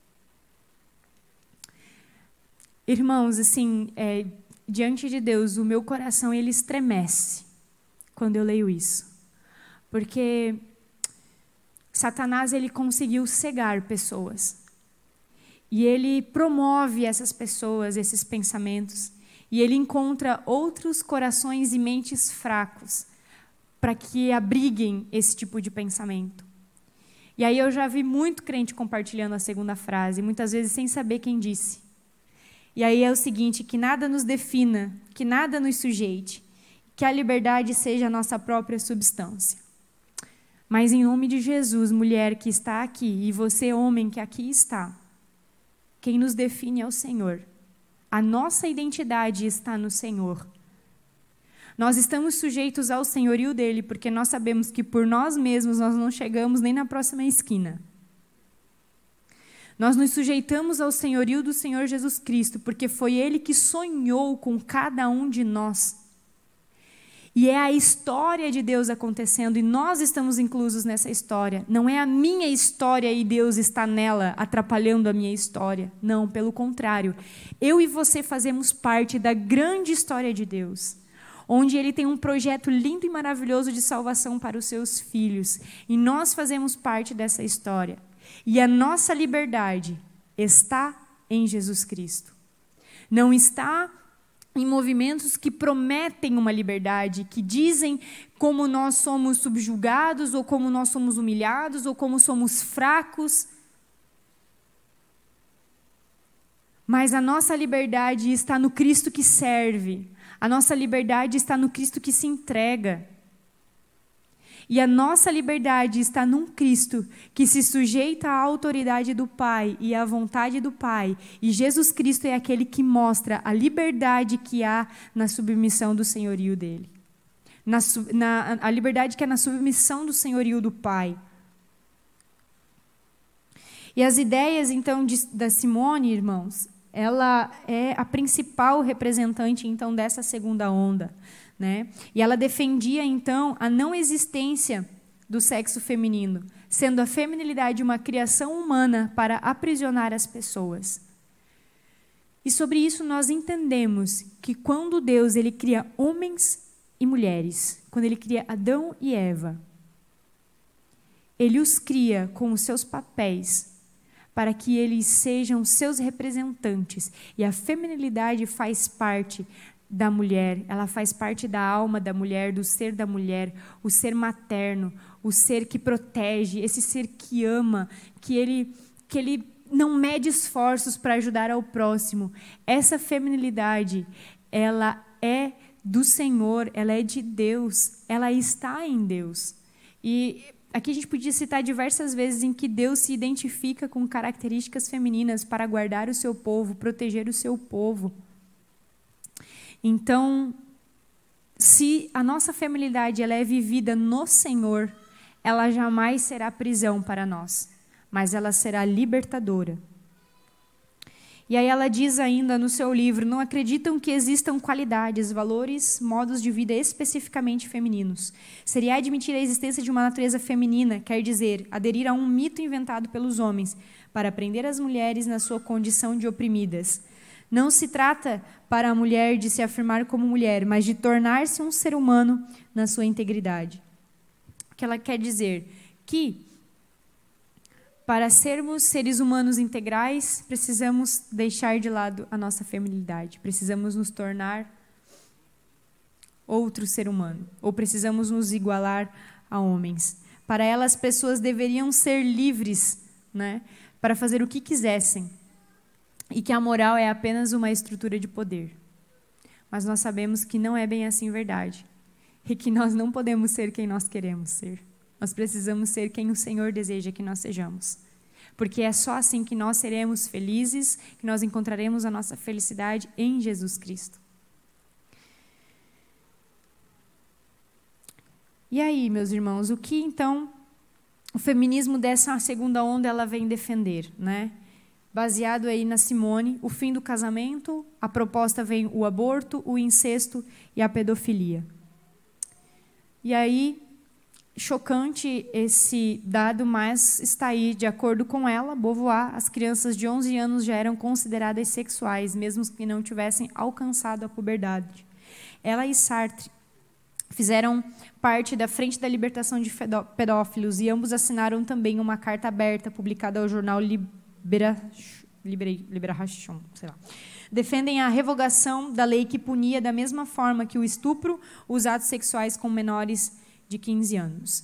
Irmãos, assim, é, diante de Deus, o meu coração ele estremece quando eu leio isso. Porque Satanás ele conseguiu cegar pessoas. E ele promove essas pessoas, esses pensamentos. E ele encontra outros corações e mentes fracos para que abriguem esse tipo de pensamento. E aí eu já vi muito crente compartilhando a segunda frase, muitas vezes sem saber quem disse. E aí é o seguinte, que nada nos defina, que nada nos sujeite, que a liberdade seja a nossa própria substância. Mas em nome de Jesus, mulher que está aqui, e você, homem que aqui está, quem nos define é o Senhor. A nossa identidade está no Senhor. Nós estamos sujeitos ao senhorio dele, porque nós sabemos que por nós mesmos nós não chegamos nem na próxima esquina. Nós nos sujeitamos ao senhorio do Senhor Jesus Cristo, porque foi ele que sonhou com cada um de nós. E é a história de Deus acontecendo, e nós estamos inclusos nessa história. Não é a minha história e Deus está nela, atrapalhando a minha história. Não, pelo contrário. Eu e você fazemos parte da grande história de Deus, onde Ele tem um projeto lindo e maravilhoso de salvação para os seus filhos. E nós fazemos parte dessa história. E a nossa liberdade está em Jesus Cristo. Não está em movimentos que prometem uma liberdade, que dizem como nós somos subjugados, ou como nós somos humilhados, ou como somos fracos. Mas a nossa liberdade está no Cristo que serve. A nossa liberdade está no Cristo que se entrega. E a nossa liberdade está num Cristo que se sujeita à autoridade do Pai e à vontade do Pai. E Jesus Cristo é aquele que mostra a liberdade que há na submissão do senhorio dele. Na, na, a liberdade que há na submissão do senhorio do Pai. E as ideias, então, de, da Simone, irmãos, ela é a principal representante, então, dessa segunda onda. Né? E ela defendia, então, a não existência do sexo feminino, sendo a feminilidade uma criação humana para aprisionar as pessoas. E sobre isso nós entendemos que quando Deus ele cria homens e mulheres, quando Ele cria Adão e Eva, Ele os cria com os seus papéis para que eles sejam seus representantes. E a feminilidade faz parte da mulher, ela faz parte da alma da mulher, do ser da mulher, o ser materno, o ser que protege, esse ser que ama, que ele, que ele não mede esforços para ajudar ao próximo. Essa feminilidade, ela é do Senhor, ela é de Deus, ela está em Deus. E aqui a gente podia citar diversas vezes em que Deus se identifica com características femininas para guardar o seu povo, proteger o seu povo. Então, se a nossa feminilidade ela é vivida no Senhor, ela jamais será prisão para nós, mas ela será libertadora. E aí ela diz ainda no seu livro, não acreditam que existam qualidades, valores, modos de vida especificamente femininos. Seria admitir a existência de uma natureza feminina, quer dizer, aderir a um mito inventado pelos homens, para prender as mulheres na sua condição de oprimidas. Não se trata para a mulher de se afirmar como mulher, mas de tornar-se um ser humano na sua integridade. O que ela quer dizer? Que, para sermos seres humanos integrais, precisamos deixar de lado a nossa feminilidade. Precisamos nos tornar outro ser humano. Ou precisamos nos igualar a homens. Para ela, as pessoas deveriam ser livres, né? para fazer o que quisessem e que a moral é apenas uma estrutura de poder. Mas nós sabemos que não é bem assim verdade e que nós não podemos ser quem nós queremos ser. Nós precisamos ser quem o Senhor deseja que nós sejamos. Porque é só assim que nós seremos felizes, que nós encontraremos a nossa felicidade em Jesus Cristo. E aí, meus irmãos, o que então o feminismo dessa segunda onda ela vem defender, né? Baseado aí na Simone, o fim do casamento, a proposta vem o aborto, o incesto e a pedofilia. E aí, chocante esse dado, mas está aí, de acordo com ela, Beauvoir, as crianças de onze anos já eram consideradas sexuais, mesmo que não tivessem alcançado a puberdade. Ela e Sartre fizeram parte da Frente da Libertação de Pedófilos e ambos assinaram também uma carta aberta publicada ao jornal Libera, Liberation, sei lá. Defendem a revogação da lei que punia da mesma forma que o estupro os atos sexuais com menores de quinze anos.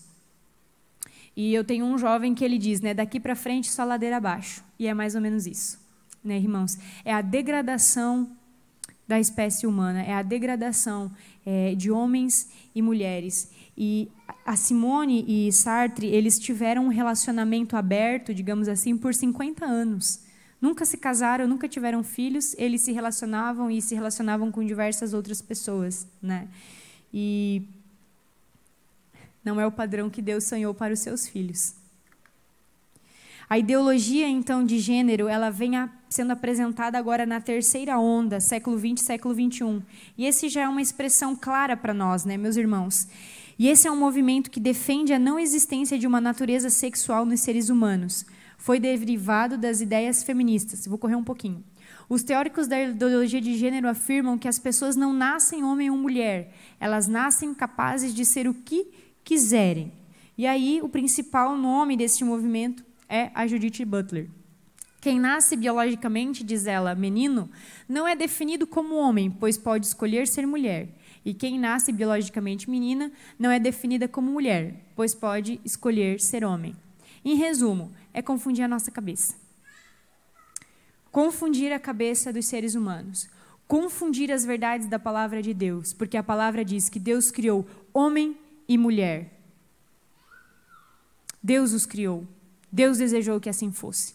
E eu tenho um jovem que ele diz, né, daqui para frente só ladeira abaixo. E é mais ou menos isso, né, irmãos? É a degradação da espécie humana, é a degradação é, de homens e mulheres. E a Simone e Sartre, eles tiveram um relacionamento aberto, digamos assim, por cinquenta anos. Nunca se casaram, nunca tiveram filhos, eles se relacionavam e se relacionavam com diversas outras pessoas, né? E não é o padrão que Deus sonhou para os seus filhos. A ideologia, então, de gênero, ela vem a, sendo apresentada agora na terceira onda, século vinte, século vinte e um. E esse já é uma expressão clara para nós, né, meus irmãos? E esse é um movimento que defende a não existência de uma natureza sexual nos seres humanos. Foi derivado das ideias feministas. Vou correr um pouquinho. Os teóricos da ideologia de gênero afirmam que as pessoas não nascem homem ou mulher. Elas nascem capazes de ser o que quiserem. E aí, o principal nome deste movimento é a Judith Butler. Quem nasce biologicamente, diz ela, menino, não é definido como homem, pois pode escolher ser mulher. E quem nasce biologicamente menina não é definida como mulher, pois pode escolher ser homem. Em resumo, é confundir a nossa cabeça. Confundir a cabeça dos seres humanos. Confundir as verdades da palavra de Deus, porque a palavra diz que Deus criou homem e mulher. Deus os criou. Deus desejou que assim fosse.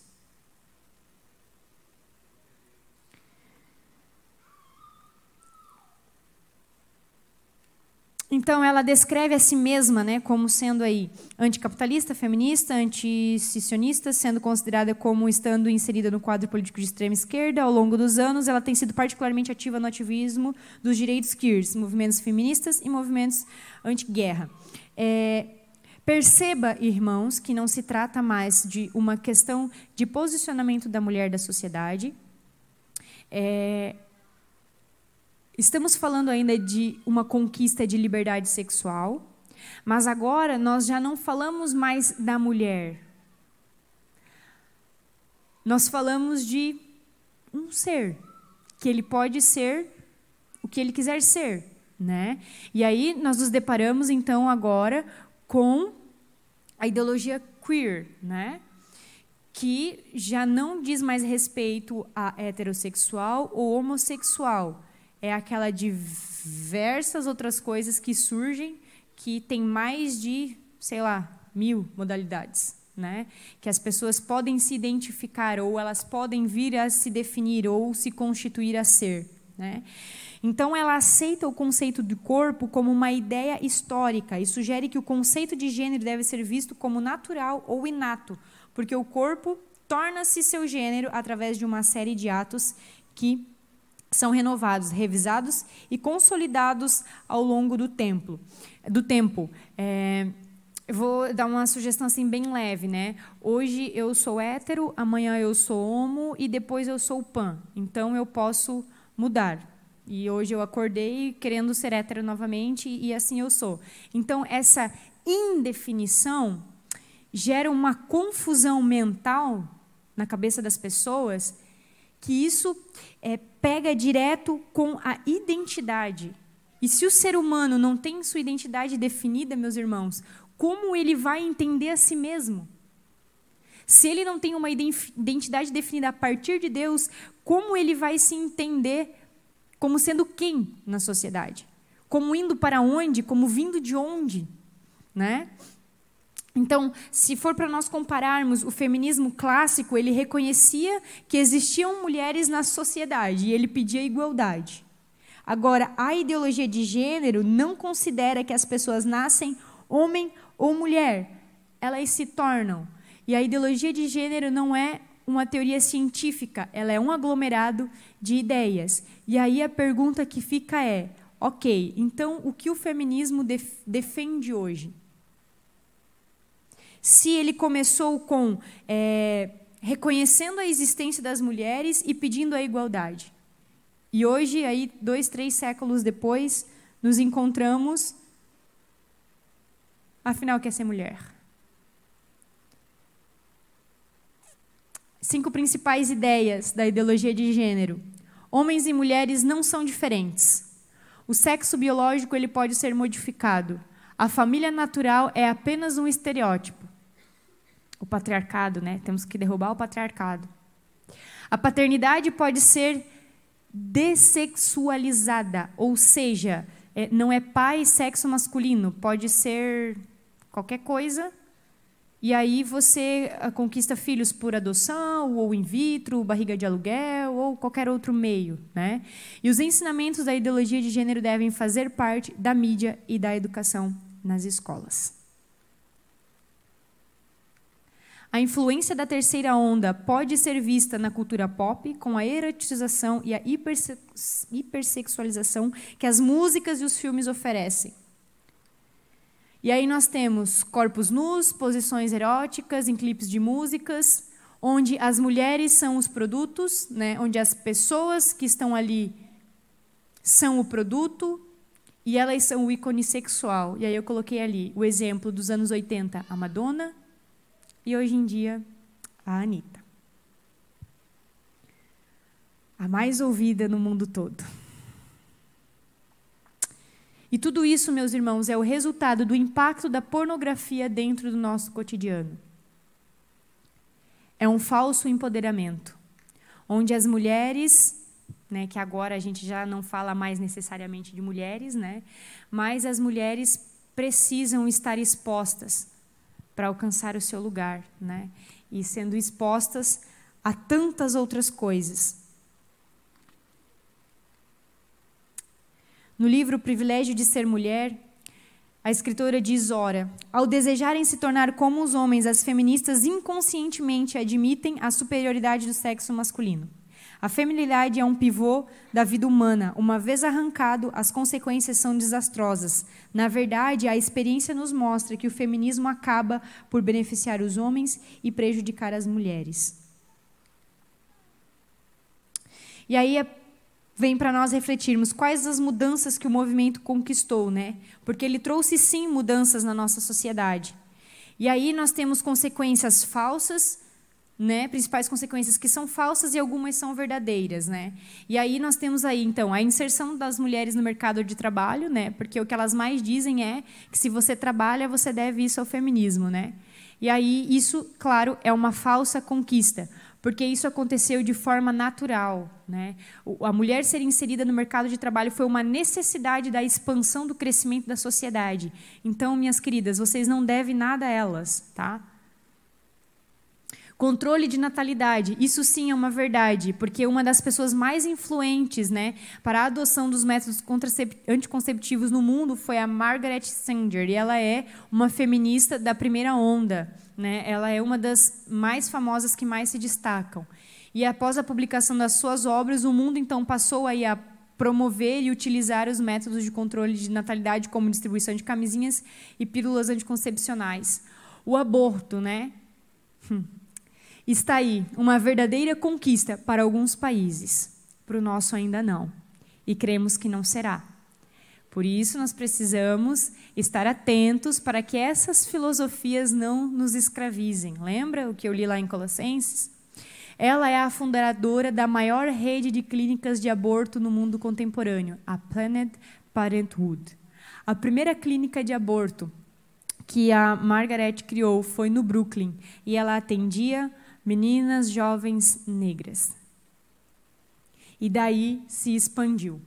Então, ela descreve a si mesma, né, como sendo aí anticapitalista, feminista, anti-cissionista, sendo considerada como estando inserida no quadro político de extrema esquerda. Ao longo dos anos, ela tem sido particularmente ativa no ativismo dos direitos queers, movimentos feministas e movimentos anti-guerra. É, perceba, irmãos, que não se trata mais de uma questão de posicionamento da mulher da sociedade. É, Estamos falando ainda de uma conquista de liberdade sexual, mas agora nós já não falamos mais da mulher. Nós falamos de um ser, que ele pode ser o que ele quiser ser, né? E aí nós nos deparamos então agora com a ideologia queer, né? Que já não diz mais respeito a heterossexual ou homossexual. É aquela diversas outras coisas que surgem, que tem mais de, sei lá, mil modalidades, né? Que as pessoas podem se identificar, ou elas podem vir a se definir, ou se constituir a ser, né? Então, ela aceita o conceito do corpo como uma ideia histórica e sugere que o conceito de gênero deve ser visto como natural ou inato, porque o corpo torna-se seu gênero através de uma série de atos que são renovados, revisados e consolidados ao longo do tempo. Do tempo. É, eu vou dar uma sugestão assim bem leve, né? Hoje eu sou hétero, amanhã eu sou homo e depois eu sou pan. Então eu posso mudar. E hoje eu acordei querendo ser hétero novamente e assim eu sou. Então essa indefinição gera uma confusão mental na cabeça das pessoas, que isso é, pega direto com a identidade. E se o ser humano não tem sua identidade definida, meus irmãos, como ele vai entender a si mesmo? Se ele não tem uma identidade definida a partir de Deus, como ele vai se entender como sendo quem na sociedade? Como indo para onde? Como vindo de onde? Né? Então, se for para nós compararmos, o feminismo clássico, ele reconhecia que existiam mulheres na sociedade e ele pedia igualdade. Agora, a ideologia de gênero não considera que as pessoas nascem homem ou mulher. Elas se tornam. E a ideologia de gênero não é uma teoria científica, ela é um aglomerado de ideias. E aí a pergunta que fica é, ok, então o que o feminismo def- defende hoje? Se ele começou com é, reconhecendo a existência das mulheres e pedindo a igualdade. E hoje, aí, dois, três séculos depois, nos encontramos, afinal, quer ser mulher. Cinco principais ideias da ideologia de gênero. Homens e mulheres não são diferentes. O sexo biológico ele pode ser modificado. A família natural é apenas um estereótipo. O patriarcado, né? Temos que derrubar o patriarcado. A paternidade pode ser dessexualizada, ou seja, é, não é pai sexo masculino, pode ser qualquer coisa, e aí você conquista filhos por adoção, ou in vitro, barriga de aluguel, ou qualquer outro meio. Né? E os ensinamentos da ideologia de gênero devem fazer parte da mídia e da educação nas escolas. A influência da terceira onda pode ser vista na cultura pop com a erotização e a hiperse- hipersexualização que as músicas e os filmes oferecem. E aí nós temos corpos nus, posições eróticas em clipes de músicas, onde as mulheres são os produtos, né, onde as pessoas que estão ali são o produto e elas são o ícone sexual. E aí eu coloquei ali o exemplo dos anos oitenta, a Madonna, e hoje em dia, a Anitta. A mais ouvida no mundo todo. E tudo isso, meus irmãos, é o resultado do impacto da pornografia dentro do nosso cotidiano. É um falso empoderamento, onde as mulheres, né, que agora a gente já não fala mais necessariamente de mulheres, né, mas as mulheres precisam estar expostas para alcançar o seu lugar, né? E sendo expostas a tantas outras coisas. No livro O Privilégio de Ser Mulher, a escritora diz, ora, ao desejarem se tornar como os homens, as feministas inconscientemente admitem a superioridade do sexo masculino. A feminilidade é um pivô da vida humana. Uma vez arrancado, as consequências são desastrosas. Na verdade, a experiência nos mostra que o feminismo acaba por beneficiar os homens e prejudicar as mulheres. E aí vem para nós refletirmos quais as mudanças que o movimento conquistou, né? Porque ele trouxe, sim, mudanças na nossa sociedade. E aí nós temos consequências falsas, né, principais consequências que são falsas e algumas são verdadeiras, né? E aí nós temos aí então a inserção das mulheres no mercado de trabalho, né? Porque o que elas mais dizem é que se você trabalha, você deve isso ao feminismo, né? E aí isso, claro, é uma falsa conquista, porque isso aconteceu de forma natural, né? A mulher ser inserida no mercado de trabalho foi uma necessidade da expansão do crescimento da sociedade. Então, minhas queridas, vocês não devem nada a elas, tá? Controle de natalidade, isso sim é uma verdade, porque uma das pessoas mais influentes, né, para a adoção dos métodos anticonceptivos no mundo foi a Margaret Sanger, e ela é uma feminista da primeira onda, né? Ela é uma das mais famosas que mais se destacam. E após a publicação das suas obras, o mundo então passou aí a promover e utilizar os métodos de controle de natalidade, como distribuição de camisinhas e pílulas anticoncepcionais. O aborto, né? Hum. Está aí, uma verdadeira conquista para alguns países. Para o nosso ainda não. E cremos que não será. Por isso, nós precisamos estar atentos para que essas filosofias não nos escravizem. Lembra o que eu li lá em Colossenses? Ela é a fundadora da maior rede de clínicas de aborto no mundo contemporâneo, a Planned Parenthood. A primeira clínica de aborto que a Margaret criou foi no Brooklyn, e ela atendia meninas jovens negras. E daí se expandiu.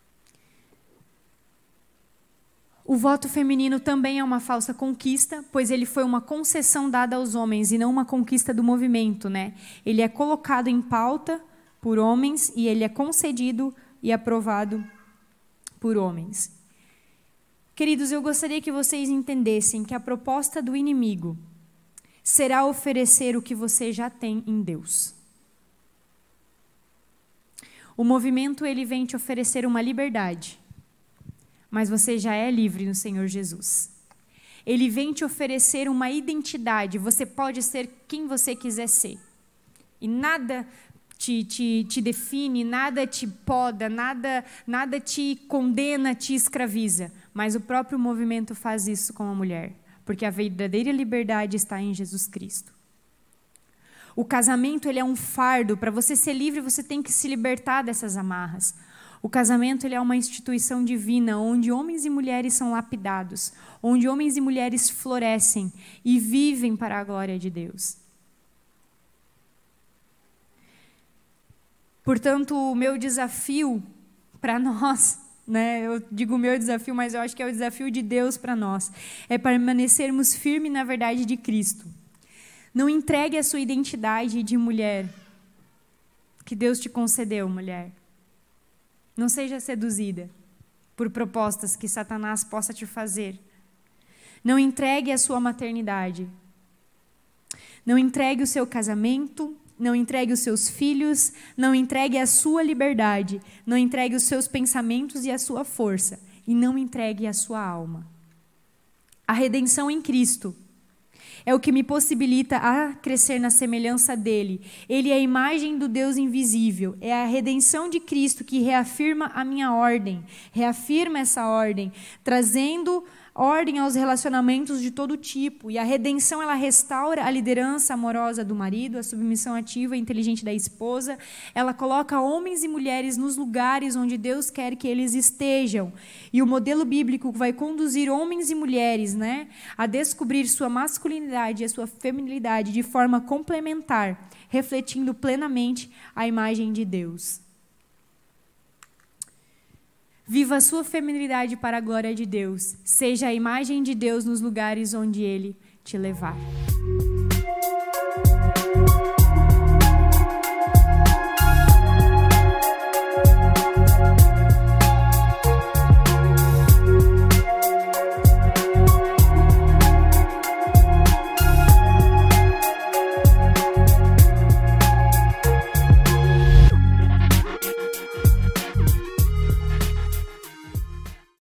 O voto feminino também é uma falsa conquista, pois ele foi uma concessão dada aos homens e não uma conquista do movimento, né? Ele é colocado em pauta por homens e ele é concedido e aprovado por homens. Queridos, eu gostaria que vocês entendessem que a proposta do inimigo será oferecer o que você já tem em Deus. O movimento ele vem te oferecer uma liberdade, mas você já é livre no Senhor Jesus. Ele vem te oferecer uma identidade, você pode ser quem você quiser ser. E nada te, te, te define, nada te poda, nada, nada te condena, te escraviza. Mas o próprio movimento faz isso com a mulher, porque a verdadeira liberdade está em Jesus Cristo. O casamento ele é um fardo, para você ser livre você tem que se libertar dessas amarras. O casamento ele é uma instituição divina, onde homens e mulheres são lapidados, onde homens e mulheres florescem e vivem para a glória de Deus. Portanto, o meu desafio para nós, né, eu digo meu desafio, mas eu acho que é o desafio de Deus para nós, é permanecermos firmes na verdade de Cristo. Não entregue a sua identidade de mulher que Deus te concedeu, mulher. Não seja seduzida por propostas que Satanás possa te fazer. Não entregue a sua maternidade. Não entregue o seu casamento, não entregue os seus filhos, não entregue a sua liberdade, não entregue os seus pensamentos e a sua força, e não entregue a sua alma. A redenção em Cristo é o que me possibilita a crescer na semelhança dele. Ele é a imagem do Deus invisível. É a redenção de Cristo que reafirma a minha ordem, reafirma essa ordem, trazendo ordem aos relacionamentos de todo tipo. E a redenção, ela restaura a liderança amorosa do marido, a submissão ativa e inteligente da esposa. Ela coloca homens e mulheres nos lugares onde Deus quer que eles estejam. E o modelo bíblico vai conduzir homens e mulheres, né, a descobrir sua masculinidade e a sua feminilidade de forma complementar, refletindo plenamente a imagem de Deus. Viva a sua feminilidade para a glória de Deus. Seja a imagem de Deus nos lugares onde Ele te levar.